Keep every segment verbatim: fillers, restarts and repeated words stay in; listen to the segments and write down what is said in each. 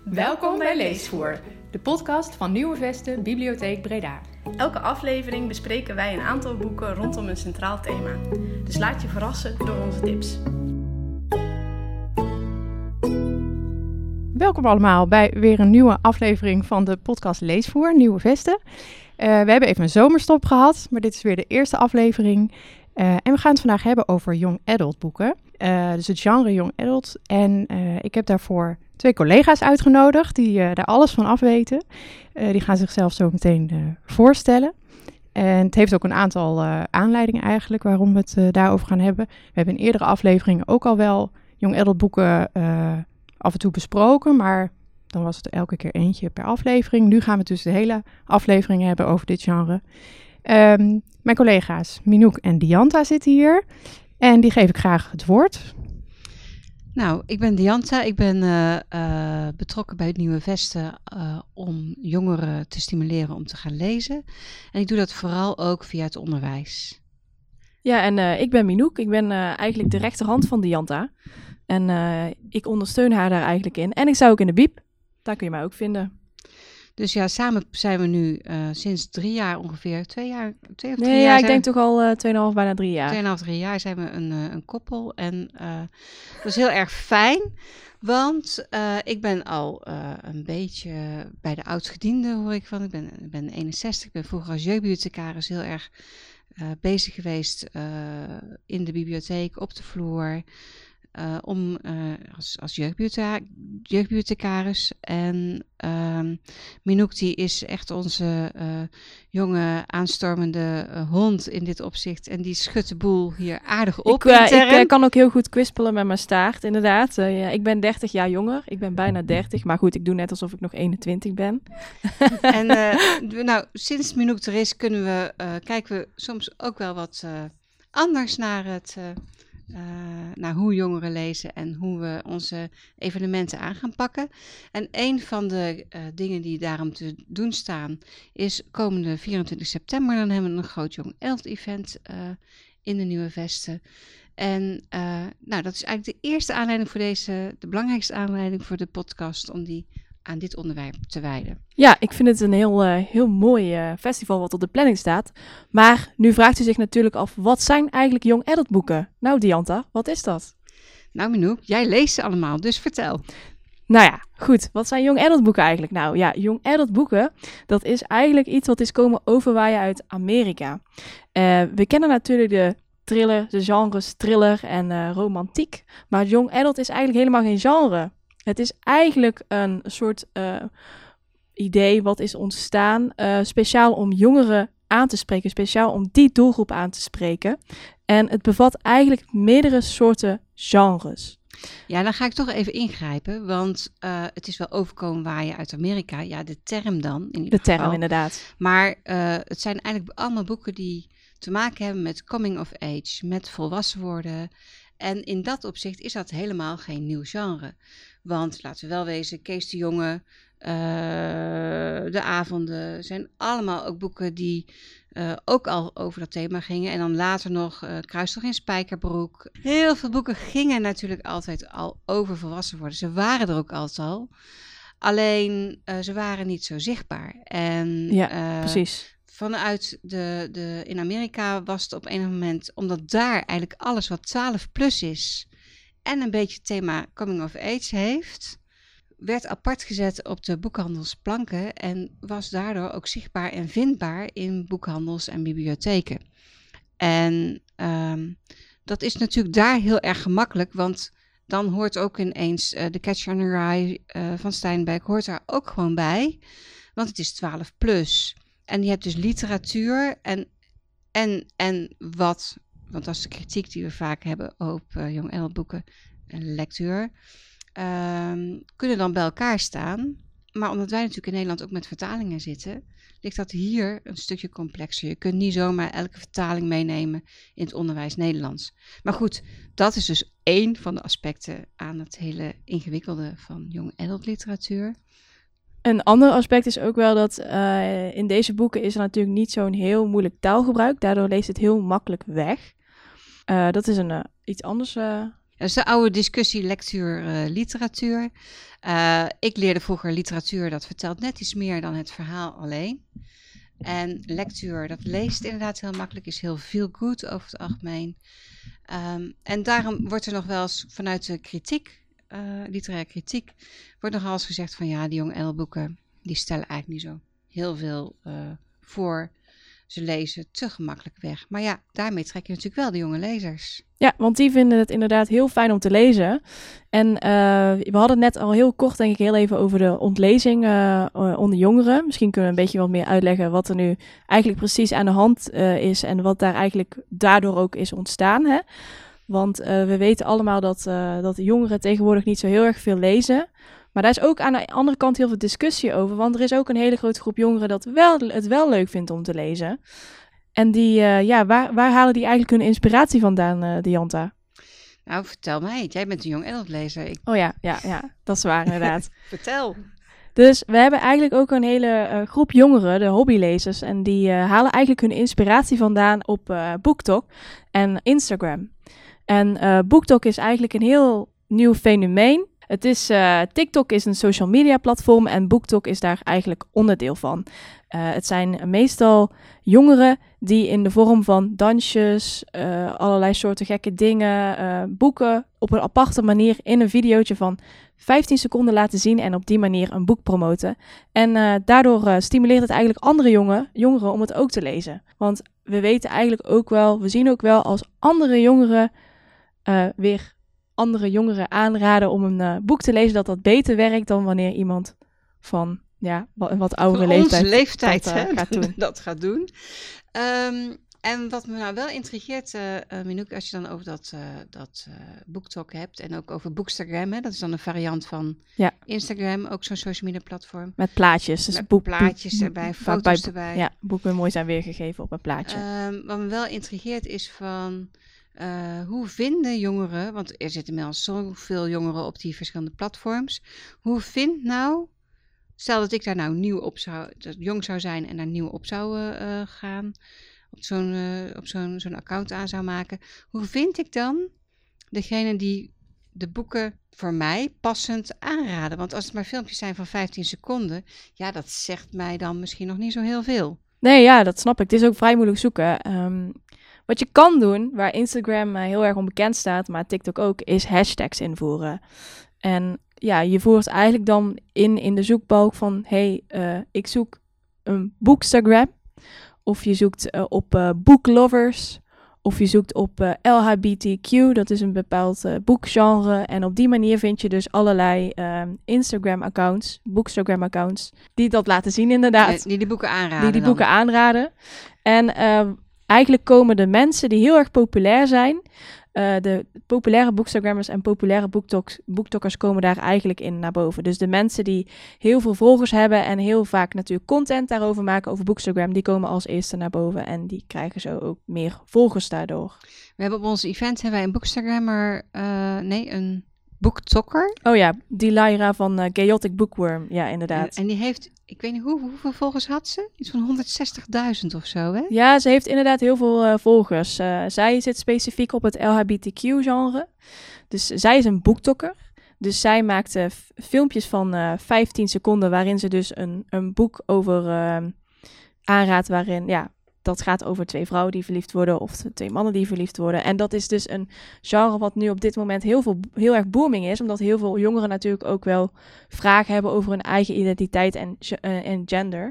Welkom bij Leesvoer, de podcast van Nieuwe Vesten Bibliotheek Breda. Elke aflevering bespreken wij een aantal boeken rondom een centraal thema. Dus laat je verrassen door onze tips. Welkom allemaal bij weer een nieuwe aflevering van de podcast Leesvoer, Nieuwe Vesten. Uh, we hebben even een zomerstop gehad, maar dit is weer de eerste aflevering. Uh, en we gaan het vandaag hebben over young adult boeken. Uh, dus het genre young adult. En uh, ik heb daarvoor twee collega's uitgenodigd die uh, daar alles van afweten. Uh, die gaan zichzelf zo meteen uh, voorstellen. En het heeft ook een aantal uh, aanleidingen eigenlijk waarom we het uh, daarover gaan hebben. We hebben in eerdere afleveringen ook al wel young adult boeken uh, af en toe besproken, maar dan was het elke keer eentje per aflevering. Nu gaan we het dus de hele aflevering hebben over dit genre. Um, mijn collega's Minouk en Dianta zitten hier en die geef ik graag het woord. Nou, ik ben Dianta. Ik ben uh, uh, betrokken bij het Nieuwe Vesten uh, om jongeren te stimuleren om te gaan lezen. En ik doe dat vooral ook via het onderwijs. Ja, en uh, ik ben Minouk. Ik ben uh, eigenlijk de rechterhand van Dianta. En uh, ik ondersteun haar daar eigenlijk in. En ik sta ook in de bieb. Daar kun je mij ook vinden. Dus ja, samen zijn we nu uh, sinds drie jaar ongeveer, twee jaar, twee of drie nee, jaar. Ja, ik denk toch al uh, tweeënhalf, bijna drie jaar. Tweeënhalf, drie jaar zijn we een, uh, een koppel. En uh, dat is heel erg fijn, want uh, ik ben al uh, een beetje bij de oudgediende, hoor ik van. Ik ben, ik ben eenenzestig, ik ben vroeger als jeugdbibliothecaris heel erg uh, bezig geweest uh, in de bibliotheek, op de vloer. Uh, om uh, als, als jeugdbibliotheca- jeugdbibliothecaris. En uh, Minouk die is echt onze uh, jonge aanstormende uh, hond in dit opzicht. En die schudt de boel hier aardig op. Ik, uh, ik uh, kan ook heel goed kwispelen met mijn staart, inderdaad. Uh, ja, ik ben dertig jaar jonger. Ik ben bijna dertig. Maar goed, ik doe net alsof ik nog eenentwintig ben. En uh, nou, sinds Minouk er is, kunnen we, uh, kijken we soms ook wel wat uh, anders naar het... Uh, Uh, naar hoe jongeren lezen en hoe we onze evenementen aan gaan pakken. En een van de uh, dingen die daarom te doen staan is komende vierentwintig september. Dan hebben we een groot Young Adult event uh, in de Nieuwe Vesten. En uh, nou, dat is eigenlijk de eerste aanleiding voor deze, de belangrijkste aanleiding voor de podcast om die aan dit onderwerp te wijden. Ja, ik vind het een heel, uh, heel mooi uh, festival wat op de planning staat. Maar nu vraagt u zich natuurlijk af, wat zijn eigenlijk young adult boeken? Nou, Dianta, wat is dat? Nou, Minouk, jij leest ze allemaal, dus vertel. Nou ja, goed. Wat zijn young adult boeken eigenlijk? Nou ja, young adult boeken, dat is eigenlijk iets wat is komen overwaaien uit Amerika. Uh, we kennen natuurlijk de thriller, de genres thriller en uh, romantiek. Maar young adult is eigenlijk helemaal geen genre. Het is eigenlijk een soort uh, idee wat is ontstaan uh, speciaal om jongeren aan te spreken, speciaal om die doelgroep aan te spreken. En het bevat eigenlijk meerdere soorten genres. Ja, dan ga ik toch even ingrijpen, want uh, het is wel overkomen waaien uit Amerika. Ja, de term dan. In ieder de term, geval. inderdaad. Maar uh, het zijn eigenlijk allemaal boeken die te maken hebben met coming of age, met volwassen worden. En in dat opzicht is dat helemaal geen nieuw genre. Want, laten we wel wezen, Kees de Jonge, uh, De Avonden, zijn allemaal ook boeken die uh, ook al over dat thema gingen. En dan later nog uh, Kruistocht in Spijkerbroek. Heel veel boeken gingen natuurlijk altijd al over volwassen worden. Ze waren er ook altijd al. Alleen, uh, ze waren niet zo zichtbaar. En, ja, uh, precies. Vanuit de, de, in Amerika was het op een moment, omdat daar eigenlijk alles wat twaalf plus is en een beetje het thema coming of age heeft, werd apart gezet op de boekhandelsplanken en was daardoor ook zichtbaar en vindbaar in boekhandels en bibliotheken. En um, dat is natuurlijk daar heel erg gemakkelijk, want dan hoort ook ineens uh, The Catcher in the Rye uh, van Steinbeck hoort daar ook gewoon bij, want het is twaalf plus. En je hebt dus literatuur en, en, en wat, want dat is de kritiek die we vaak hebben op uh, young adult boeken en lectuur, um, kunnen dan bij elkaar staan. Maar omdat wij natuurlijk in Nederland ook met vertalingen zitten, ligt dat hier een stukje complexer. Je kunt niet zomaar elke vertaling meenemen in het onderwijs Nederlands. Maar goed, dat is dus één van de aspecten aan het hele ingewikkelde van young adult literatuur. Een ander aspect is ook wel dat uh, in deze boeken is er natuurlijk niet zo'n heel moeilijk taalgebruik. Daardoor leest het heel makkelijk weg. Uh, dat is een uh, iets anders uh, Dat is de oude discussie lectuur, uh, literatuur. Uh, ik leerde vroeger literatuur, dat vertelt net iets meer dan het verhaal alleen. En lectuur, dat leest inderdaad heel makkelijk, is heel feel good over het algemeen. Um, en daarom wordt er nog wel eens vanuit de kritiek, uh, literaire kritiek, wordt nog wel eens gezegd van ja, die Young Adult boeken, die stellen eigenlijk niet zo heel veel uh, voor. Ze lezen te gemakkelijk weg. Maar ja, daarmee trek je natuurlijk wel de jonge lezers. Ja, want die vinden het inderdaad heel fijn om te lezen. En uh, we hadden het net al heel kort, denk ik, heel even over de ontlezing uh, onder jongeren. Misschien kunnen we een beetje wat meer uitleggen wat er nu eigenlijk precies aan de hand uh, is en wat daar eigenlijk daardoor ook is ontstaan. Hè? Want uh, we weten allemaal dat, uh, dat de jongeren tegenwoordig niet zo heel erg veel lezen. Maar daar is ook aan de andere kant heel veel discussie over. Want er is ook een hele grote groep jongeren dat wel, het wel leuk vindt om te lezen. En die, uh, ja, waar, waar halen die eigenlijk hun inspiratie vandaan, uh, Dianta? Nou, vertel mij. Jij bent een Young Adult lezer. Ik... Oh ja, ja, ja, dat is waar inderdaad. Vertel. Dus we hebben eigenlijk ook een hele uh, groep jongeren, de hobbylezers. En die uh, halen eigenlijk hun inspiratie vandaan op uh, BookTok en Instagram. En uh, BookTok is eigenlijk een heel nieuw fenomeen. Het is, uh, TikTok is een social media platform en BookTok is daar eigenlijk onderdeel van. Uh, het zijn meestal jongeren die in de vorm van dansjes, uh, allerlei soorten gekke dingen, uh, boeken op een aparte manier in een videootje van vijftien seconden laten zien en op die manier een boek promoten. En uh, daardoor uh, stimuleert het eigenlijk andere jongen, jongeren om het ook te lezen. Want we weten eigenlijk ook wel, we zien ook wel als andere jongeren uh, weer andere jongeren aanraden om een uh, boek te lezen, dat dat beter werkt dan wanneer iemand van ja, een wat oudere Van leeftijd, onze leeftijd dat, uh, hè, gaat doen. dat gaat doen. Um, en wat me nou wel intrigeert, uh, uh, Minouk, als je dan over dat, uh, dat uh, BookTok hebt en ook over Bookstagram, hè, dat is dan een variant van ja. Instagram, ook zo'n social media platform. Met plaatjes. Dus Met boek, plaatjes boek, erbij, boek, foto's bij, erbij. Ja, boeken mooi zijn weergegeven op een plaatje. Um, wat me wel intrigeert is van uh, hoe vinden jongeren, want er zitten inmiddels zoveel jongeren op die verschillende platforms, hoe vindt nou, stel dat ik daar nou nieuw op zou, dat jong zou zijn en daar nieuw op zou uh, gaan, op zo'n uh, op zo'n zo'n account aan zou maken, hoe vind ik dan degene die de boeken voor mij passend aanraden? Want als het maar filmpjes zijn van vijftien seconden, ja, dat zegt mij dan misschien nog niet zo heel veel. Nee, ja, dat snap ik. Het is ook vrij moeilijk zoeken. Um, wat je kan doen, waar Instagram uh, heel erg onbekend staat, maar TikTok ook, is hashtags invoeren. En ja, je voert eigenlijk dan in in de zoekbalk van, hey, uh, ik zoek een boekstagram. Of je zoekt uh, op uh, booklovers. Of je zoekt op uh, L H B T Q, dat is een bepaald uh, boekgenre. En op die manier vind je dus allerlei uh, Instagram-accounts, bookstagram-accounts, die dat laten zien inderdaad. Die die, die boeken aanraden Die die dan. boeken aanraden. En uh, eigenlijk komen de mensen die heel erg populair zijn, uh, de populaire bookstagrammers en populaire booktalks, booktalkers komen daar eigenlijk in naar boven. Dus de mensen die heel veel volgers hebben en heel vaak natuurlijk content daarover maken over bookstagram, die komen als eerste naar boven en die krijgen zo ook meer volgers daardoor. We hebben op ons event hebben wij een bookstagrammer, uh, nee, een booktalker. Oh ja, die Lyra van uh, Chaotic Bookworm, ja inderdaad. En, en die heeft, ik weet niet hoe, hoeveel volgers had ze? Iets van honderdzestigduizend of zo, hè? Ja, ze heeft inderdaad heel veel uh, volgers. Uh, zij zit specifiek op het L H B T Q-genre. Dus zij is een boektokker. Dus zij maakt uh, f- filmpjes van uh, vijftien seconden waarin ze dus een, een boek over uh, aanraadt waarin, ja, dat gaat over twee vrouwen die verliefd worden of twee mannen die verliefd worden. En dat is dus een genre wat nu op dit moment heel, veel, heel erg booming is, omdat heel veel jongeren natuurlijk ook wel vragen hebben over hun eigen identiteit en, uh, en gender.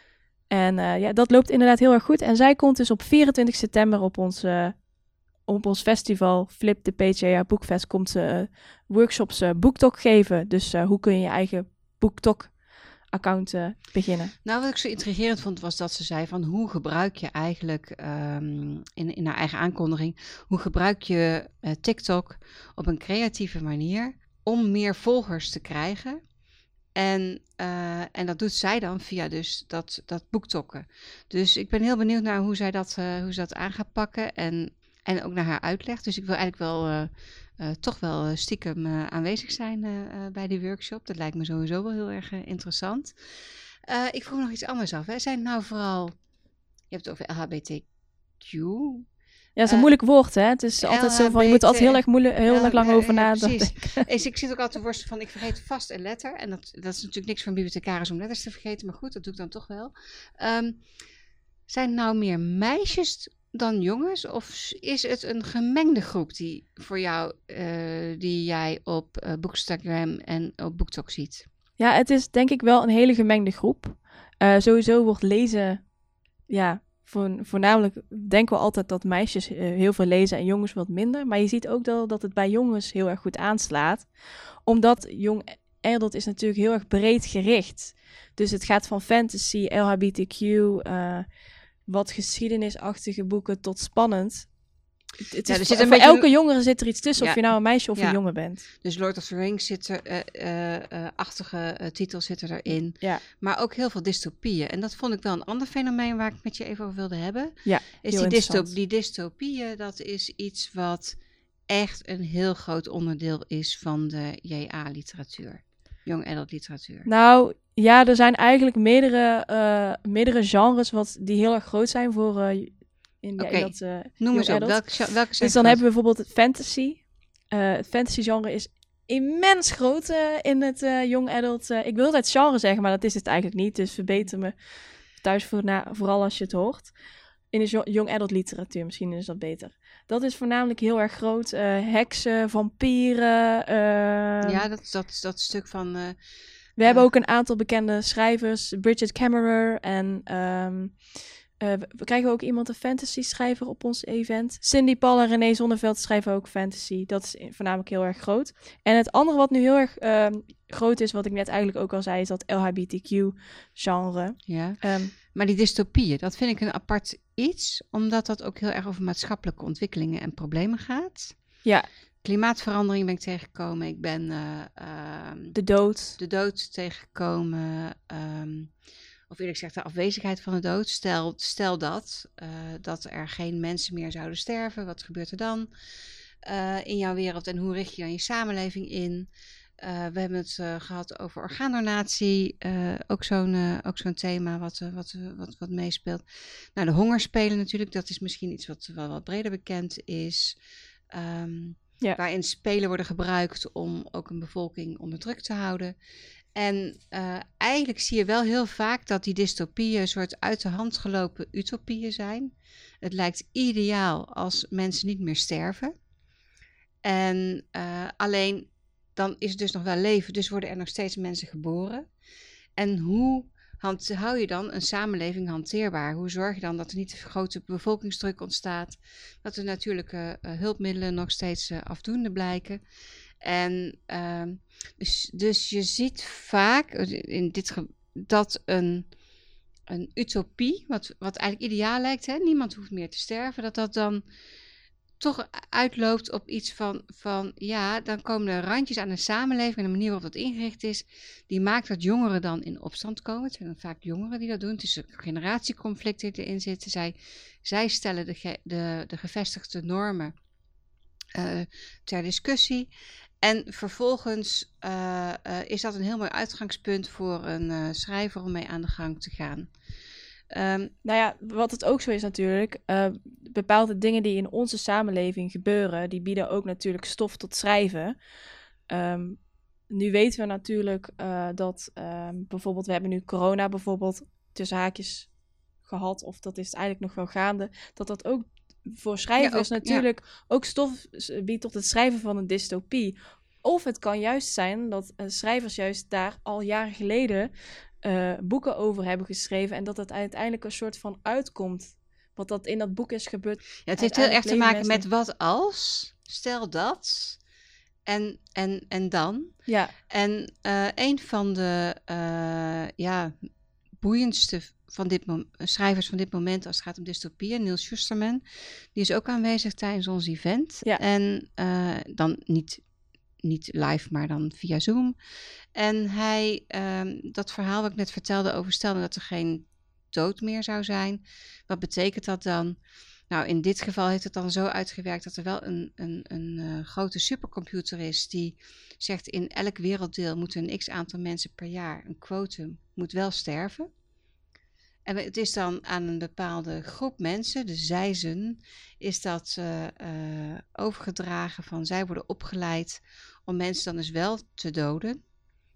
En uh, ja, dat loopt inderdaad heel erg goed. En zij komt dus op vierentwintig september op ons, uh, op ons festival Flip de P J A Boekfest komt ze uh, workshops uh, BookTok geven. Dus uh, hoe kun je je eigen BookTok account uh, beginnen. Nou, wat ik zo intrigerend vond, was dat ze zei van hoe gebruik je eigenlijk, um, in, in haar eigen aankondiging, hoe gebruik je uh, TikTok op een creatieve manier om meer volgers te krijgen. En, uh, en dat doet zij dan via dus dat, dat boektokken. Dus ik ben heel benieuwd naar hoe zij dat, uh, hoe ze dat aan gaat pakken en, en ook naar haar uitleg. Dus ik wil eigenlijk wel uh, uh, toch wel stiekem uh, aanwezig zijn uh, uh, bij die workshop. Dat lijkt me sowieso wel heel erg uh, interessant. Uh, ik vroeg nog iets anders af. Hè. Zijn het nou vooral, je hebt het over L H B T Q, Ja, het is een Uh, moeilijk woord, hè? Het is altijd zo van, je moet er altijd heel erg, moeilijk, heel erg lang ja, over ja, nadenken. Precies. Dus ik zit ook altijd te worstelen van, ik vergeet vast een letter. En dat, dat is natuurlijk niks voor een bibliothecaris om letters te vergeten. Maar goed, dat doe ik dan toch wel. Um, zijn het nou meer meisjes dan jongens? Of is het een gemengde groep die voor jou, uh, die jij op uh, Bookstagram en op BookTok ziet? Ja, het is denk ik wel een hele gemengde groep. Uh, sowieso wordt lezen, ja, voor, voornamelijk denken we altijd dat meisjes uh, heel veel lezen en jongens wat minder. Maar je ziet ook wel dat het bij jongens heel erg goed aanslaat. Omdat Young Adult is natuurlijk heel erg breed gericht. Dus het gaat van fantasy, L H B T Q, uh, wat geschiedenisachtige boeken tot spannend. Het ja, is er voor, zit een voor beetje elke jongere zit er iets tussen, ja. of je nou een meisje of ja. een jongen bent. Dus Lord of the Rings zitten, uh, uh, uh, achtige uh, titels zitten erin. Ja. Maar ook heel veel dystopieën. En dat vond ik wel een ander fenomeen waar ik het met je even over wilde hebben. Ja, is die, dystop- die dystopieën, dat is iets wat echt een heel groot onderdeel is van de J A-literatuur. Young Adult literatuur. Nou, ja, er zijn eigenlijk meerdere, uh, meerdere genres wat, die heel erg groot zijn voor... Uh, In, ja, okay. in dat, uh, Noem eens op, welke, welke zijn Dus dan groot? hebben we bijvoorbeeld het fantasy. Uh, het fantasy genre is immens groot uh, in het uh, young adult. Uh, ik wil het genre zeggen, maar dat is het eigenlijk niet. Dus verbeter me thuis voor na, vooral als je het hoort. In de young adult literatuur, misschien is dat beter. Dat is voornamelijk heel erg groot. Uh, heksen, vampieren. Uh, ja, dat, dat, dat stuk van... Uh, we uh, hebben ook een aantal bekende schrijvers. Bridget Kammerer en... Um, Uh, we krijgen ook iemand, een fantasy-schrijver op ons event. Cindy Paul en René Zonneveld schrijven ook fantasy. Dat is voornamelijk heel erg groot. En het andere wat nu heel erg uh, groot is, wat ik net eigenlijk ook al zei, is dat L H B T Q-genre. Ja, um, maar die dystopieën, dat vind ik een apart iets, omdat dat ook heel erg over maatschappelijke ontwikkelingen en problemen gaat. Ja. Klimaatverandering ben ik tegengekomen. Ik ben uh, uh, de dood. De dood tegengekomen. Um, Of eerlijk gezegd, de afwezigheid van de dood. Stel, stel dat, uh, dat er geen mensen meer zouden sterven. Wat gebeurt er dan uh, in jouw wereld? En hoe richt je dan je samenleving in? Uh, we hebben het uh, gehad over orgaandonatie. Uh, ook zo'n uh, ook zo'n thema wat, uh, wat, uh, wat, wat meespeelt. Nou, de hongerspelen natuurlijk. Dat is misschien iets wat wel wat breder bekend is. Um, ja. Waarin spelen worden gebruikt om ook een bevolking onder druk te houden. En uh, eigenlijk zie je wel heel vaak dat die dystopieën een soort uit de hand gelopen utopieën zijn. Het lijkt ideaal als mensen niet meer sterven. En uh, alleen dan is het dus nog wel leven, dus worden er nog steeds mensen geboren. En hoe hand, hou je dan een samenleving hanteerbaar? Hoe zorg je dan dat er niet te grote bevolkingsdruk ontstaat? Dat de natuurlijke uh, hulpmiddelen nog steeds uh, afdoende blijken? En uh, dus, dus je ziet vaak in dit ge- dat een, een utopie, wat, wat eigenlijk ideaal lijkt, hè? Niemand hoeft meer te sterven, dat dat dan toch uitloopt op iets van, van, ja, dan komen er randjes aan de samenleving en de manier waarop dat ingericht is, die maakt dat jongeren dan in opstand komen. Het zijn dan vaak jongeren die dat doen. Het is een generatieconflict die erin zitten. Zij, zij stellen de, ge, de, de gevestigde normen uh, ter discussie. En vervolgens uh, uh, is dat een heel mooi uitgangspunt voor een uh, schrijver om mee aan de gang te gaan. Um, nou ja, wat het ook zo is natuurlijk, uh, bepaalde dingen die in onze samenleving gebeuren, die bieden ook natuurlijk stof tot schrijven. Um, nu weten we natuurlijk uh, dat um, bijvoorbeeld, we hebben nu corona bijvoorbeeld tussen haakjes gehad, of dat is eigenlijk nog wel gaande, dat dat ook voor schrijvers ja, ook, natuurlijk ja. ook stof biedt tot het schrijven van een dystopie. Of het kan juist zijn dat uh, schrijvers juist daar al jaren geleden uh, boeken over hebben geschreven en dat het uiteindelijk een soort van uitkomt wat dat in dat boek is gebeurd. Ja, het heeft heel erg te maken met wat als, stel dat, en, en, en dan. Ja. En uh, een van de uh, ja, boeiendste van dit mom- schrijvers van dit moment als het gaat om dystopieën, Neil Schusterman, die is ook aanwezig tijdens ons event. Ja. En uh, dan niet, niet live, maar dan via Zoom. En hij, um, dat verhaal wat ik net vertelde over stelde dat er geen dood meer zou zijn. Wat betekent dat dan? Nou, in dit geval heeft het dan zo uitgewerkt dat er wel een, een, een uh, grote supercomputer is die zegt in elk werelddeel moeten een x aantal mensen per jaar, een quotum, moet wel sterven. En het is dan aan een bepaalde groep mensen, de zijzen, is dat uh, uh, overgedragen van zij worden opgeleid om mensen dan dus wel te doden.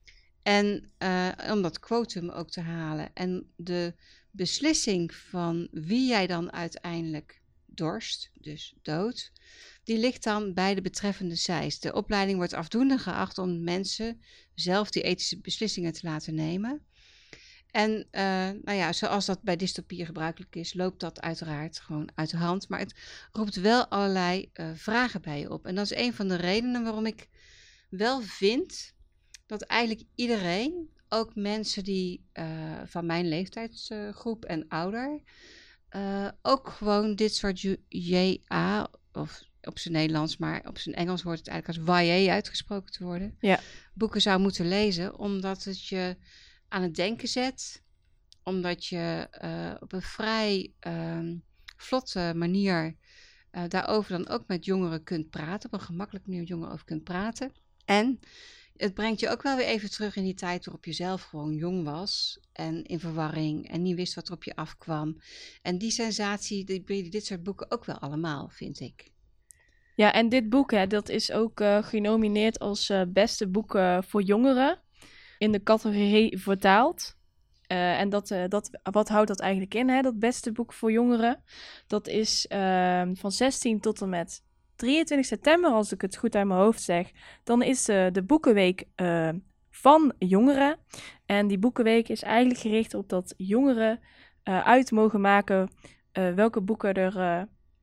En uh, om dat quotum ook te halen. En de beslissing van wie jij dan uiteindelijk dorst, dus dood, die ligt dan bij de betreffende zijs. De opleiding wordt afdoende geacht om mensen zelf die ethische beslissingen te laten nemen. En uh, nou ja, zoals dat bij dystopieën gebruikelijk is, loopt dat uiteraard gewoon uit de hand. Maar het roept wel allerlei uh, vragen bij je op. En dat is een van de redenen waarom ik wel vind dat eigenlijk iedereen, ook mensen die uh, van mijn leeftijdsgroep uh, en ouder, uh, ook gewoon dit soort J A, of op zijn Nederlands, maar op zijn Engels wordt het eigenlijk als Y A uitgesproken te worden, ja. boeken zou moeten lezen, omdat het je aan het denken zet, omdat je uh, op een vrij uh, vlotte manier uh, daarover dan ook met jongeren kunt praten, op een gemakkelijke manier met jongeren over kunt praten. En het brengt je ook wel weer even terug in die tijd waarop je zelf gewoon jong was en in verwarring en niet wist wat er op je afkwam. En die sensatie, die bieden dit soort boeken ook wel allemaal, vind ik. Ja, en dit boek, hè, dat is ook uh, genomineerd als uh, beste boek uh, voor jongeren in de categorie vertaald. Uh, en dat, uh, dat, wat houdt dat eigenlijk in, hè, dat beste boek voor jongeren? Dat is uh, van zestien tot en met drieëntwintig september, als ik het goed uit mijn hoofd zeg. Dan is uh, de boekenweek uh, van jongeren. En die boekenweek is eigenlijk gericht op dat jongeren uh, uit mogen maken uh, welke boeken er uh,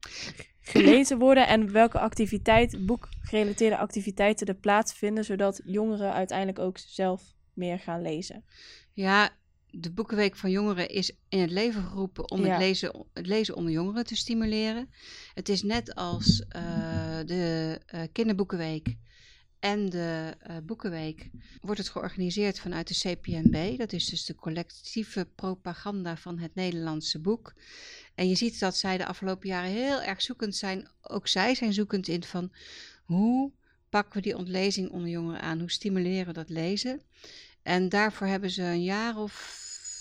gelezen worden en welke activiteit, boekgerelateerde activiteiten er plaatsvinden, zodat jongeren uiteindelijk ook zelf meer gaan lezen. Ja, de Boekenweek van Jongeren is in het leven geroepen om ja. het, lezen, het lezen onder jongeren te stimuleren. Het is net als uh, de uh, Kinderboekenweek en de uh, Boekenweek wordt het georganiseerd vanuit de C P N B. Dat is dus de collectieve propaganda van het Nederlandse boek. En je ziet dat zij de afgelopen jaren heel erg zoekend zijn. Ook zij zijn zoekend in van hoe pakken we die ontlezing onder jongeren aan? Hoe stimuleren we dat lezen? En daarvoor hebben ze een jaar of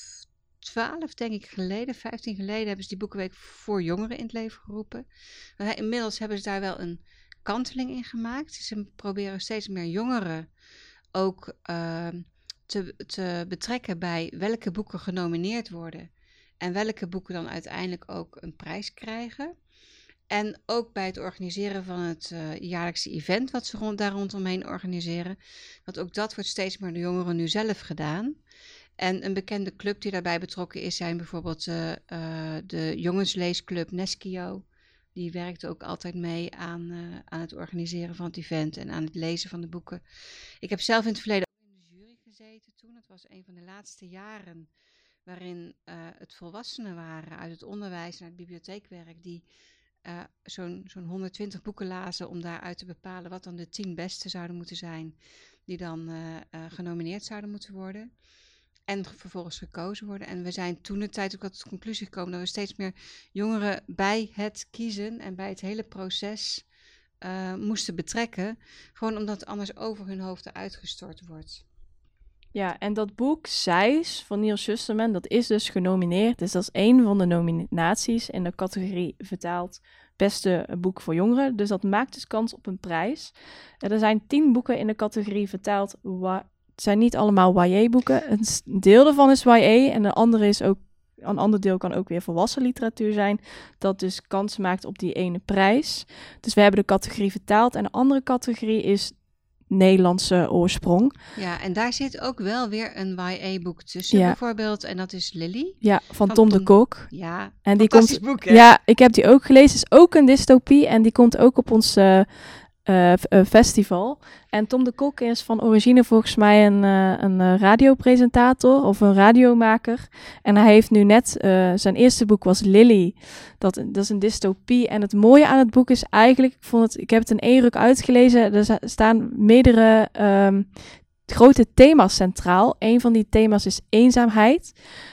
twaalf, denk ik, geleden, vijftien geleden, hebben ze die Boekenweek voor jongeren in het leven geroepen. Maar inmiddels hebben ze daar wel een kanteling in gemaakt. Ze proberen steeds meer jongeren ook uh, te, te betrekken bij welke boeken genomineerd worden. En welke boeken dan uiteindelijk ook een prijs krijgen. En ook bij het organiseren van het uh, jaarlijkse event wat ze rond, daar rondomheen organiseren. Want ook dat wordt steeds meer door jongeren nu zelf gedaan. En een bekende club die daarbij betrokken is, zijn bijvoorbeeld uh, uh, de jongensleesclub Neskio. Die werkt ook altijd mee aan, uh, aan het organiseren van het event en aan het lezen van de boeken. Ik heb zelf in het verleden ook in de jury gezeten toen. Het was een van de laatste jaren waarin uh, het volwassenen waren uit het onderwijs en uit het bibliotheekwerk die uh, zo'n, zo'n honderdtwintig boeken lazen om daaruit te bepalen wat dan de tien beste zouden moeten zijn die dan uh, uh, genomineerd zouden moeten worden. En vervolgens gekozen worden. En we zijn toen de tijd ook tot de conclusie gekomen dat we steeds meer jongeren bij het kiezen en bij het hele proces uh, moesten betrekken. Gewoon omdat het anders over hun hoofden uitgestort wordt. Ja, en dat boek Zeis van Neil Shusterman, dat is dus genomineerd. Dus dat is één van de nominaties in de categorie vertaald beste boek voor jongeren. Dus dat maakt dus kans op een prijs. Er zijn tien boeken in de categorie vertaald. Wa- het zijn niet allemaal Y A-boeken. Een deel daarvan is Y A en een andere is ook, een ander deel kan ook weer volwassen literatuur zijn. Dat dus kans maakt op die ene prijs. Dus we hebben de categorie vertaald. En de andere categorie is Nederlandse oorsprong. Ja, en daar zit ook wel weer een Y A-boek tussen, ja. bijvoorbeeld. En dat is Lily. Ja, van, van Tom, Tom de Kok. Ja, en die komt, boek, hè? Ja, ik heb die ook gelezen. Het is ook een dystopie en die komt ook op ons uh, uh, festival. En Tom de Kok is van origine volgens mij een, uh, een uh, radiopresentator of een radiomaker. En hij heeft nu net, uh, zijn eerste boek was Lily. Dat, dat is een dystopie. En het mooie aan het boek is eigenlijk, ik, vond het, ik heb het in één ruk uitgelezen. Er staan meerdere um, grote thema's centraal. Een van die thema's is eenzaamheid.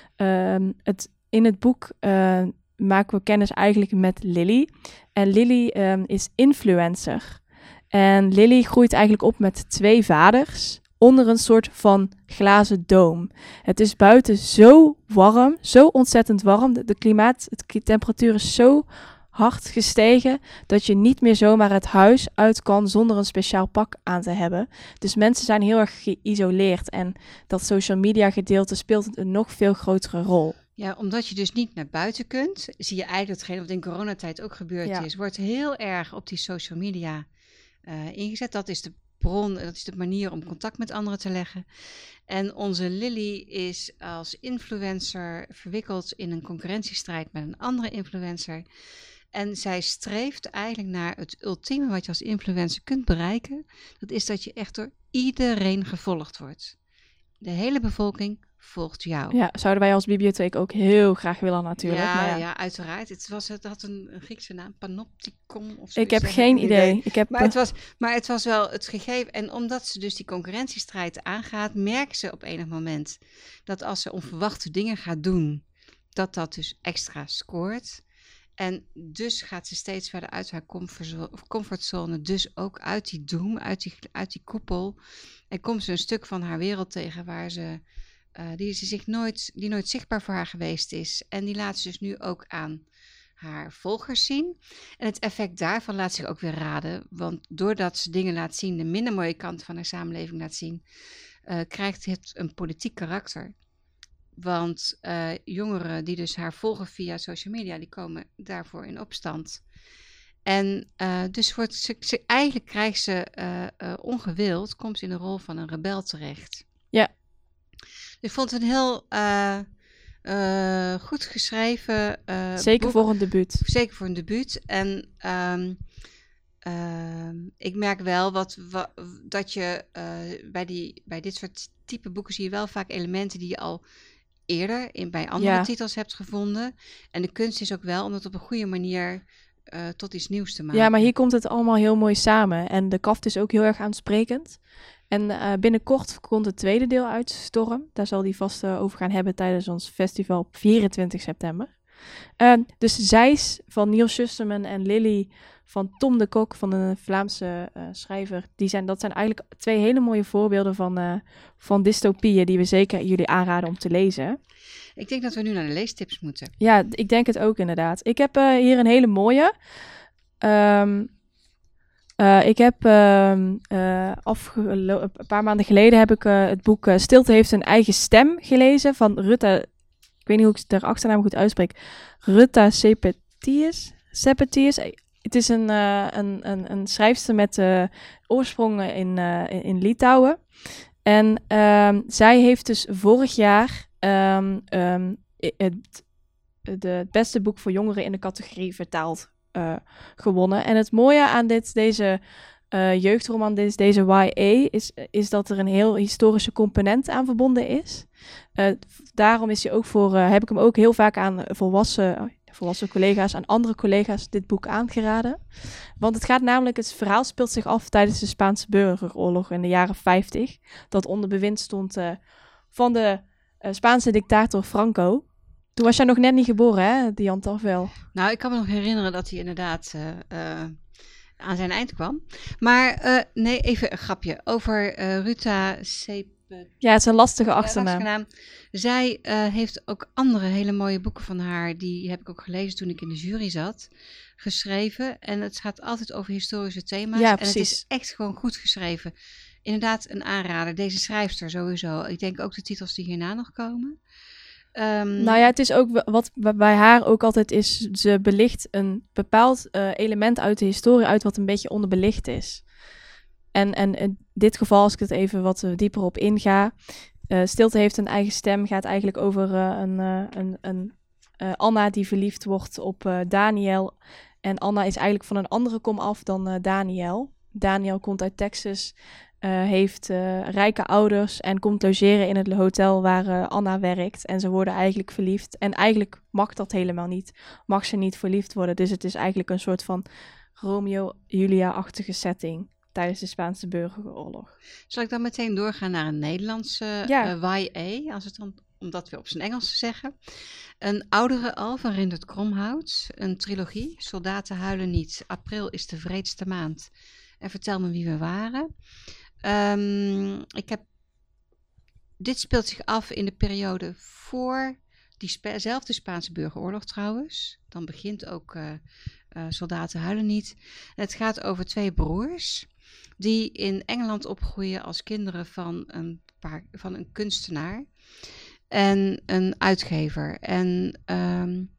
Um, het, in het boek uh, maken we kennis eigenlijk met Lily. En Lily um, is influencer. En Lily groeit eigenlijk op met twee vaders. onder een soort van glazen doom. Het is buiten zo warm, zo ontzettend warm. De, de klimaat, de temperatuur is zo hard gestegen dat je niet meer zomaar het huis uit kan zonder een speciaal pak aan te hebben. Dus mensen zijn heel erg geïsoleerd en dat social media gedeelte speelt een nog veel grotere rol. Ja, omdat je dus niet naar buiten kunt, zie je eigenlijk datgene wat in coronatijd ook gebeurd Ja. is, wordt heel erg op die social media uh, ingezet. Dat is de bron, dat is de manier om contact met anderen te leggen. En onze Lily is als influencer verwikkeld in een concurrentiestrijd met een andere influencer. En zij streeft eigenlijk naar het ultieme wat je als influencer kunt bereiken. Dat is dat je echt door iedereen gevolgd wordt. De hele bevolking volgt jou. Ja, zouden wij als bibliotheek ook heel graag willen natuurlijk. Ja, maar ja. ja, uiteraard. Het, was, het had een, een Griekse naam, Panopticon of zo. Ik heb geen idee. Ik heb, maar, het was, maar het was wel het gegeven. En omdat ze dus die concurrentiestrijd aangaat, merken ze op enig moment dat als ze onverwachte dingen gaat doen, dat dat dus extra scoort. En dus gaat ze steeds verder uit haar comfortzone, dus ook uit die doem, uit die, uit die koepel. En komt ze een stuk van haar wereld tegen waar ze, uh, die, ze zich nooit, die nooit zichtbaar voor haar geweest is. En die laat ze dus nu ook aan haar volgers zien. En het effect daarvan laat zich ook weer raden. Want doordat ze dingen laat zien, de minder mooie kant van haar samenleving laat zien, uh, krijgt het een politiek karakter. Want uh, jongeren die dus haar volgen via social media, die komen daarvoor in opstand. En uh, dus wordt ze, ze, eigenlijk krijgt ze uh, uh, ongewild, komt ze in de rol van een rebel terecht. Ja. Ik vond het een heel uh, uh, goed geschreven uh, Zeker boek. voor een debuut. Zeker voor een debuut. En um, uh, ik merk wel wat, wat, dat je uh, bij, die, bij dit soort type boeken zie je wel vaak elementen die je al eerder in, bij andere ja. titels hebt gevonden. En de kunst is ook wel om dat op een goede manier uh, tot iets nieuws te maken. Ja, maar hier komt het allemaal heel mooi samen. En de kaft is ook heel erg aansprekend. En uh, binnenkort komt het tweede deel uit, Storm. Daar zal die vast uh, over gaan hebben tijdens ons festival op vierentwintig september. Uh, dus Zeis van Neil Schusterman en Lily van Tom de Kok, van een Vlaamse uh, schrijver. Die zijn, dat zijn eigenlijk twee hele mooie voorbeelden van, uh, van dystopieën die we zeker jullie aanraden om te lezen. Ik denk dat we nu naar de leestips moeten. Ja, ik denk het ook inderdaad. Ik heb uh, hier een hele mooie. Um, uh, ik heb uh, uh, afgelo- een paar maanden geleden heb ik uh, het boek uh, Stilte heeft een eigen stem gelezen van Ruta. Ik weet niet hoe ik de achternaam goed uitspreek. Ruta Sepetys. Sepetys. Het is een, uh, een, een, een schrijfster met uh, oorsprong in, uh, in, in Litouwen. En uh, zij heeft dus vorig jaar um, um, het, de, het beste boek voor jongeren in de categorie vertaald uh, gewonnen. En het mooie aan dit, deze uh, jeugdroman, deze, deze Y A, is, is dat er een heel historische component aan verbonden is. Uh, daarom is hij ook voor, uh, heb ik hem ook heel vaak aan volwassen... volwassen collega's, aan andere collega's dit boek aangeraden. Want het gaat namelijk, het verhaal speelt zich af tijdens de Spaanse burgeroorlog in de jaren vijftig. Dat onder bewind stond uh, van de uh, Spaanse dictator Franco. Toen was jij nog net niet geboren, hè, Dian, toch wel? Nou, ik kan me nog herinneren dat hij inderdaad uh, uh, aan zijn eind kwam. Maar uh, nee, even een grapje over uh, Ruta Sepetys. Ja, het is een lastige achternaam. Ja, lastige naam. Zij uh, heeft ook andere hele mooie boeken van haar. Die heb ik ook gelezen toen ik in de jury zat. Geschreven. En het gaat altijd over historische thema's. Ja, en precies. het is echt gewoon goed geschreven. Inderdaad een aanrader. Deze schrijfster sowieso. Ik denk ook de titels die hierna nog komen. Um, nou ja, het is ook wat bij haar ook altijd is. Ze belicht een bepaald uh, element uit de historie uit wat een beetje onderbelicht is. En, en in dit geval, als ik het even wat dieper op inga. Uh, Stilte heeft een eigen stem. Gaat eigenlijk over uh, een, uh, een, een uh, Anna die verliefd wordt op uh, Daniel. En Anna is eigenlijk van een andere komaf dan uh, Daniel. Daniel komt uit Texas. Uh, heeft uh, rijke ouders en komt logeren in het hotel waar uh, Anna werkt. En ze worden eigenlijk verliefd. En eigenlijk mag dat helemaal niet. Mag ze niet verliefd worden. Dus het is eigenlijk een soort van Romeo-Julia-achtige setting tijdens de Spaanse burgeroorlog. Zal ik dan meteen doorgaan naar een Nederlandse ja. uh, Y A, als het dan, om dat weer op zijn Engels te zeggen. Een oudere al van Rindert Kromhout, een trilogie. Soldaten huilen niet. April is de vreedste maand. En vertel me wie we waren. Um, ik heb dit speelt zich af in de periode voor diezelfde Spaanse burgeroorlog trouwens. Dan begint ook uh, uh, Soldaten huilen niet. En het gaat over twee broers die in Engeland opgroeien als kinderen van een, paar, van een kunstenaar en een uitgever. En um,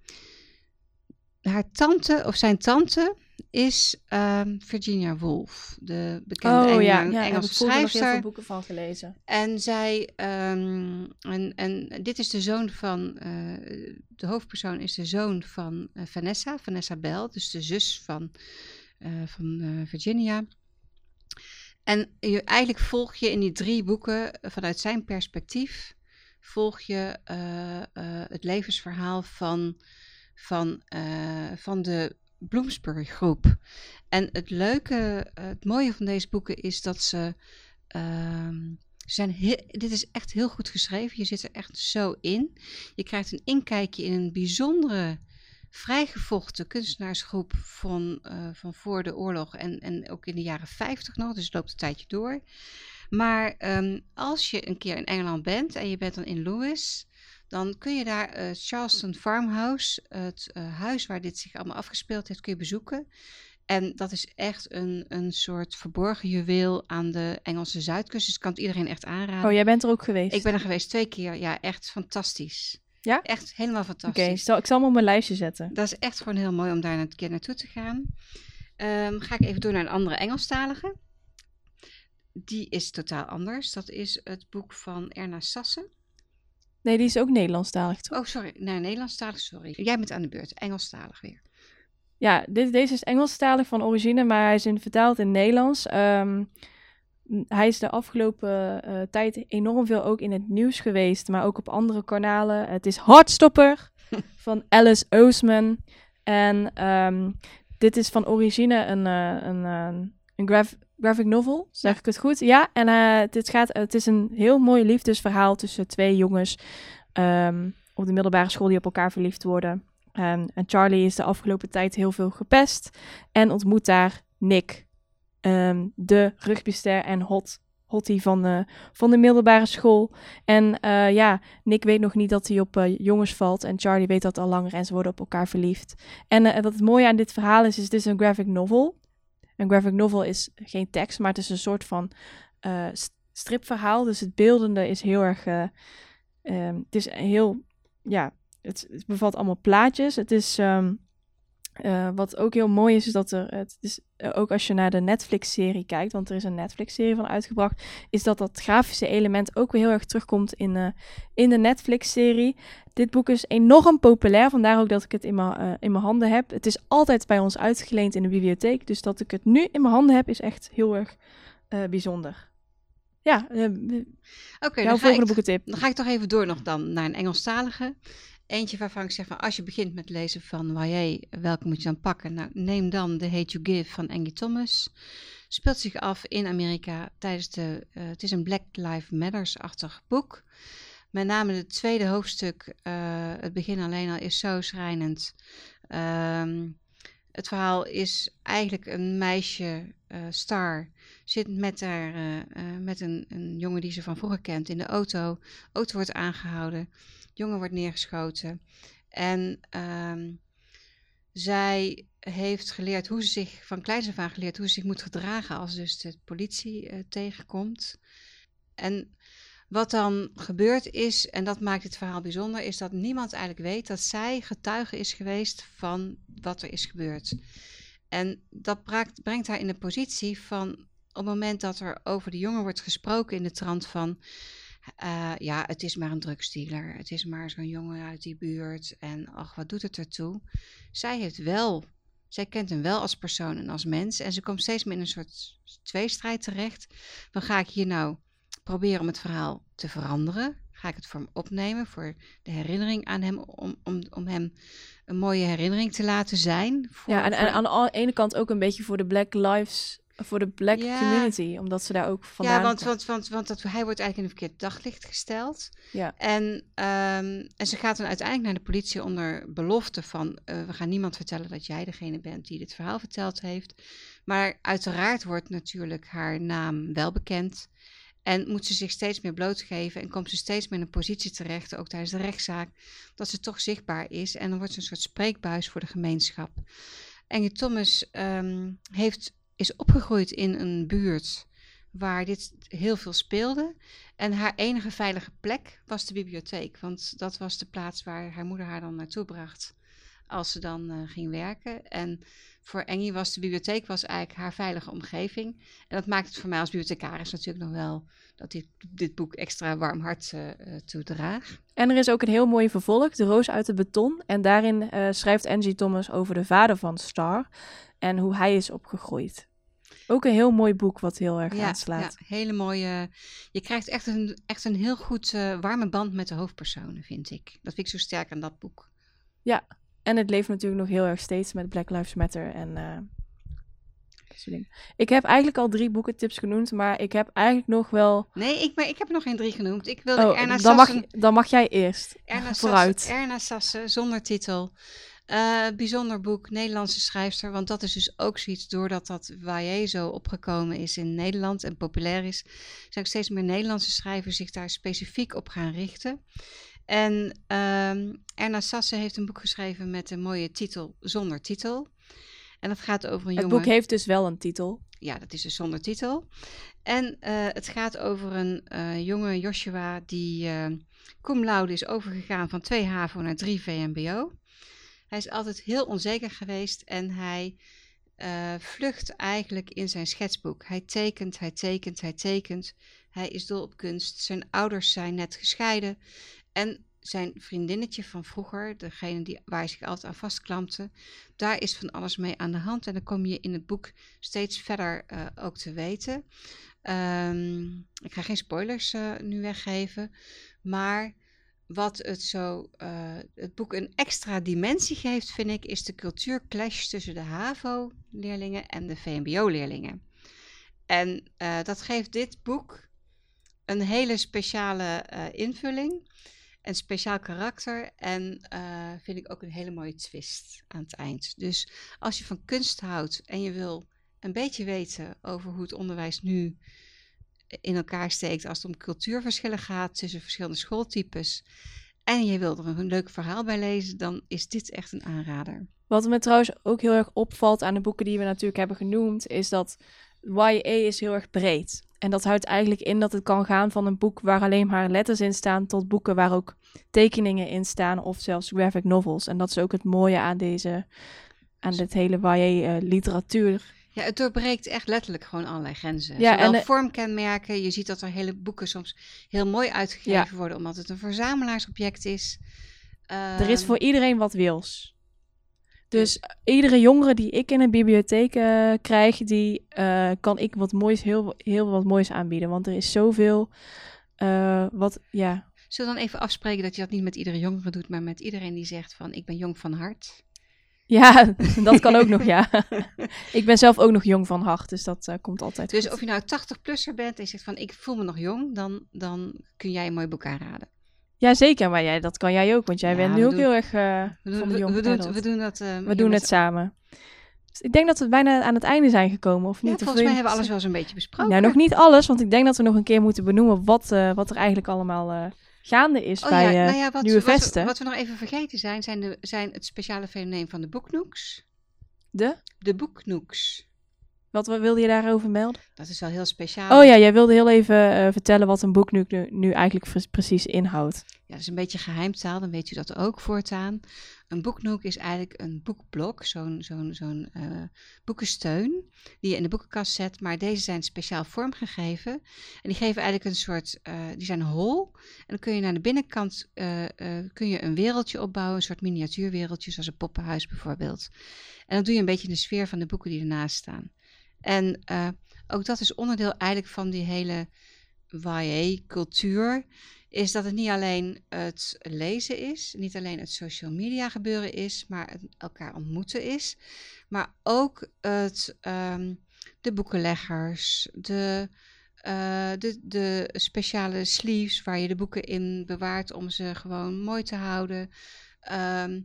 haar tante, of zijn tante, is um, Virginia Woolf, de bekende oh, Engel- ja, ja, Engelse ik heb er nog schrijfster. heel veel boeken van gelezen. En zij, um, en, en dit is de zoon van, uh, de hoofdpersoon is de zoon van uh, Vanessa, Vanessa Bell, dus de zus van, uh, van uh, Virginia. En je, eigenlijk volg je in die drie boeken, uh, vanuit zijn perspectief, volg je uh, uh, het levensverhaal van, van, uh, van de Bloomsbury groep. En het leuke, uh, het mooie van deze boeken is dat ze, uh, zijn heel, dit is echt heel goed geschreven. Je zit er echt zo in. Je krijgt een inkijkje in een bijzondere, vrijgevochten kunstenaarsgroep van, uh, van voor de oorlog en, en ook in de jaren vijftig nog, dus het loopt een tijdje door. Maar um, als je een keer in Engeland bent en je bent dan in Lewes, dan kun je daar uh, Charleston Farmhouse, het uh, huis waar dit zich allemaal afgespeeld heeft, kun je bezoeken. En dat is echt een, een soort verborgen juweel aan de Engelse Zuidkust. Dus ik kan het iedereen echt aanraden. Oh, jij bent er ook geweest? Ik ben er geweest twee keer. Ja, echt fantastisch. Ja? Echt helemaal fantastisch. Oké, okay, ik zal hem op mijn lijstje zetten. Dat is echt gewoon heel mooi om daar een keer naartoe te gaan. Um, ga ik even door naar een andere Engelstalige. Die is totaal anders. Dat is het boek van Erna Sassen. Nee, die is ook Nederlandstalig, toch? Oh, sorry. Nee, Nederlandstalig, sorry. Jij bent aan de beurt. Engelstalig weer. Ja, dit, deze is Engelstalig van origine, maar hij is in, vertaald in Nederlands. Um, hij is de afgelopen uh, tijd enorm veel ook in het nieuws geweest, maar ook op andere kanalen. Het is Hartstopper van Alice Oseman. En um, dit is van origine een, uh, een, uh, een graf, graphic novel, zeg ik het goed? Ja, en uh, dit gaat, uh, het is een heel mooi liefdesverhaal tussen twee jongens um, op de middelbare school die op elkaar verliefd worden. Um, en Charlie is de afgelopen tijd heel veel gepest en ontmoet daar Nick, um, de rugbyster en hot, hottie van de, van de middelbare school. En uh, ja, Nick weet nog niet dat hij op uh, jongens valt en Charlie weet dat al langer en ze worden op elkaar verliefd. En uh, wat het mooie aan dit verhaal is, is het is een graphic novel. Een graphic novel is geen tekst, maar het is een soort van uh, stripverhaal. Dus het beeldende is heel erg, uh, um, het is heel, ja... Het, het bevat allemaal plaatjes. Het is, um, uh, wat ook heel mooi is, is dat er, het is, uh, ook als je naar de Netflix-serie kijkt, want er is een Netflix-serie van uitgebracht, is dat dat grafische element ook weer heel erg terugkomt in, uh, in de Netflix-serie. Dit boek is enorm populair, vandaar ook dat ik het in mijn, uh, in mijn handen heb. Het is altijd bij ons uitgeleend in de bibliotheek, dus dat ik het nu in mijn handen heb, is echt heel erg uh, bijzonder. Ja, uh, okay, jouw volgende boekentip. Dan ga ik toch even door nog dan naar een Engelstalige. Eentje waarvan ik zeg van als je begint met lezen van Y A, welke moet je dan pakken? Nou, neem dan The Hate You Give van Angie Thomas. Speelt zich af in Amerika tijdens de, uh, het is een Black Lives Matters-achtig boek. Met name het tweede hoofdstuk, uh, het begin alleen al, is zo schrijnend. Um, het verhaal is eigenlijk een meisje, uh, Star, zit met, haar, uh, uh, met een, een jongen die ze van vroeger kent in de auto. De auto wordt aangehouden. Jongen wordt neergeschoten en um, zij heeft geleerd hoe ze zich, van kleins af aan geleerd, hoe ze zich moet gedragen als dus de politie uh, tegenkomt. En wat dan gebeurd is, en dat maakt het verhaal bijzonder, is dat niemand eigenlijk weet dat zij getuige is geweest van wat er is gebeurd. En dat braakt, brengt haar in de positie van, op het moment dat er over de jongen wordt gesproken in de trant van, Uh, ja, het is maar een drugsdealer. Het is maar zo'n jongen uit die buurt. En ach, wat doet het ertoe? Zij heeft wel, zij kent hem wel als persoon en als mens. En ze komt steeds meer in een soort tweestrijd terecht. Dan ga ik hier nou proberen om het verhaal te veranderen. Ga ik het voor hem opnemen, voor de herinnering aan hem, om, om, om hem een mooie herinnering te laten zijn. Voor, ja, en, voor... en aan de ene kant ook een beetje voor de Black Lives... Voor de black ja. community, omdat ze daar ook vandaan Ja, want, want, want, want dat, hij wordt eigenlijk in een verkeerd daglicht gesteld. Ja. En, um, en ze gaat dan uiteindelijk naar de politie onder belofte van, uh, we gaan niemand vertellen dat jij degene bent die dit verhaal verteld heeft. Maar uiteraard wordt natuurlijk haar naam wel bekend. En moet ze zich steeds meer blootgeven en komt ze steeds meer in een positie terecht, ook tijdens de rechtszaak, dat ze toch zichtbaar is. En dan wordt ze een soort spreekbuis voor de gemeenschap. Angie Thomas um, heeft, is opgegroeid in een buurt waar dit heel veel speelde. En haar enige veilige plek was de bibliotheek. Want dat was de plaats waar haar moeder haar dan naartoe bracht als ze dan uh, ging werken. En voor Angie was de bibliotheek was eigenlijk haar veilige omgeving. En dat maakt het voor mij als bibliothecaris natuurlijk nog wel dat dit, dit boek extra warm hart uh, toedraagt. En er is ook een heel mooi vervolg, De Roos uit het Beton. En daarin uh, schrijft Angie Thomas over de vader van Star en hoe hij is opgegroeid. Ook een heel mooi boek wat heel erg ja, aanslaat. Ja, hele mooie. Je krijgt echt een, echt een heel goed uh, warme band met de hoofdpersonen, vind ik. Dat vind ik zo sterk aan dat boek. Ja, en het leeft natuurlijk nog heel erg steeds met Black Lives Matter en uh, dat soort dingen. Ik heb eigenlijk al drie boekentips genoemd, maar ik heb eigenlijk nog wel... Nee, ik, maar ik heb er nog geen drie genoemd. Ik wilde oh, Erna dan, Sassen... mag, dan mag jij eerst. Erna Vooruit. Sassen, Erna Sassen, zonder titel. Uh, bijzonder boek, Nederlandse schrijfster. Want dat is dus ook zoiets, doordat dat Y A zo opgekomen is in Nederland en populair is, zijn ook steeds meer Nederlandse schrijvers zich daar specifiek op gaan richten. En um, Erna Sassen heeft een boek geschreven met een mooie titel, Zonder Titel. En dat gaat over een Het jongen... boek heeft dus wel een titel. Ja, dat is dus zonder titel. En uh, het gaat over een uh, jonge Joshua die uh, cum laude is overgegaan van twee HAVO naar drie V M B O. Hij is altijd heel onzeker geweest en hij uh, vlucht eigenlijk in zijn schetsboek. Hij tekent, hij tekent, hij tekent. Hij is dol op kunst. Zijn ouders zijn net gescheiden. En zijn vriendinnetje van vroeger, degene die, waar hij zich altijd aan vastklampte, daar is van alles mee aan de hand. En dan kom je in het boek steeds verder uh, ook te weten. Um, ik ga geen spoilers uh, nu weggeven, maar wat het, zo, uh, het boek een extra dimensie geeft, vind ik, is de cultuurclash tussen de HAVO-leerlingen en de V M B O-leerlingen. En uh, dat geeft dit boek een hele speciale uh, invulling. Een speciaal karakter en uh, vind ik ook een hele mooie twist aan het eind. Dus als je van kunst houdt en je wil een beetje weten over hoe het onderwijs nu in elkaar steekt als het om cultuurverschillen gaat tussen verschillende schooltypes en je wilt er een leuk verhaal bij lezen, dan is dit echt een aanrader. Wat me trouwens ook heel erg opvalt aan de boeken die we natuurlijk hebben genoemd, is dat Y A is heel erg breed. En dat houdt eigenlijk in dat het kan gaan van een boek waar alleen maar letters in staan, tot boeken waar ook tekeningen in staan of zelfs graphic novels. En dat is ook het mooie aan deze, aan dit hele Y A-literatuur. Ja, het doorbreekt echt letterlijk gewoon allerlei grenzen. Ja, Zowel en, uh, vormkenmerken, je ziet dat er hele boeken soms heel mooi uitgegeven ja. worden, omdat het een verzamelaarsobject is. Uh, er is voor iedereen wat wils. Dus iedere jongere die ik in een bibliotheek uh, krijg, die uh, kan ik wat moois, heel, heel wat moois aanbieden. Want er is zoveel uh, wat, ja. Zullen we dan even afspreken dat je dat niet met iedere jongere doet, maar met iedereen die zegt van ik ben jong van hart? Ja, dat kan ook nog, ja. Ik ben zelf ook nog jong van hart, dus dat uh, komt altijd Dus goed. of je nou tachtig-plusser bent en je zegt van ik voel me nog jong, dan, dan kun jij een mooi boek aanraden. Ja, zeker, maar jij, dat kan jij ook, want jij Ja, bent nu we ook doen, heel erg uh, we doen, van de we, jong we, doen, adult. we doen dat. Uh, we doen het samen. Dus ik denk dat we bijna aan het einde zijn gekomen, of ja, niet? volgens mij hebben we alles wel zo'n beetje besproken. Nou, nog niet alles, want ik denk dat we nog een keer moeten benoemen wat, uh, wat er eigenlijk allemaal uh, gaande is oh, bij ja, uh, nou ja, wat, Nieuwe wat, Vesten. Wat we nog even vergeten zijn, zijn, de, zijn het speciale fenomeen van de boeknoeks. De? De boeknoeks. Wat wilde je daarover melden? Dat is wel heel speciaal. Oh ja, jij wilde heel even uh, vertellen wat een boeknoek nu, nu eigenlijk v- precies inhoudt. Ja, dat is een beetje geheimtaal, dan weet u dat ook voortaan. Een boeknoek is eigenlijk een boekblok, zo'n, zo'n, zo'n uh, boekensteun, die je in de boekenkast zet. Maar deze zijn speciaal vormgegeven. En die geven eigenlijk een soort, uh, die zijn hol. En dan kun je naar de binnenkant uh, uh, kun je een wereldje opbouwen, een soort miniatuurwereldje, zoals een poppenhuis bijvoorbeeld. En dan doe je een beetje in de sfeer van de boeken die ernaast staan. En uh, ook dat is onderdeel eigenlijk van die hele Y A-cultuur, is dat het niet alleen het lezen is, niet alleen het social media gebeuren is, maar het elkaar ontmoeten is, maar ook het, um, de boekenleggers, de, uh, de, de speciale sleeves waar je de boeken in bewaart om ze gewoon mooi te houden. Um,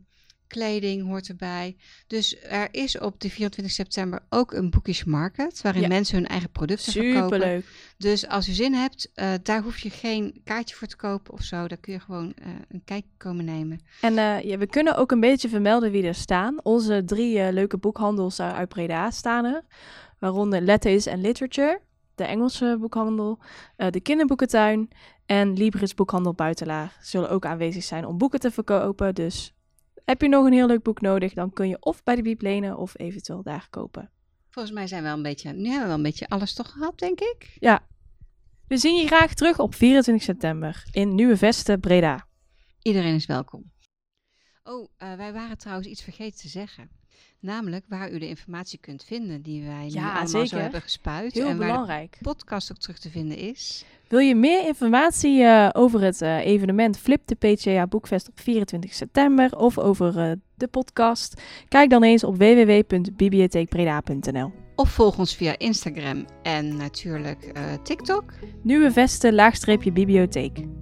kleding hoort erbij. Dus er is op de vierentwintig september ook een bookish market, waarin Ja. mensen hun eigen producten verkopen. Superleuk. Dus als u zin hebt, uh, daar hoef je geen kaartje voor te kopen of zo. Daar kun je gewoon uh, een kijk komen nemen. En uh, ja, we kunnen ook een beetje vermelden wie er staan. Onze drie uh, leuke boekhandels uh, uit Breda staan er. Waaronder Letters and Literature, de Engelse boekhandel, uh, de Kinderboekentuin en Libris Boekhandel Buitelaar. Zullen ook aanwezig zijn om boeken te verkopen. Dus heb je nog een heel leuk boek nodig, dan kun je of bij de Bieb lenen of eventueel daar kopen. Volgens mij zijn we wel een beetje, nu hebben we wel een beetje alles toch gehad, denk ik. Ja, we zien je graag terug op vierentwintig september in Nieuwe Vesten, Breda. Iedereen is welkom. Oh, uh, wij waren trouwens iets vergeten te zeggen. Namelijk waar u de informatie kunt vinden die wij nu Ja, allemaal zeker. zo hebben gespuit. Heel en belangrijk. waar de podcast ook terug te vinden is. Wil je meer informatie uh, over het uh, evenement Flip de P T A Boekfest op vierentwintig september of over uh, de podcast? Kijk dan eens op w w w punt bibliotheekbreda punt n l. Of volg ons via Instagram en natuurlijk uh, TikTok. Nieuwe Vesten, laagstreepje bibliotheek.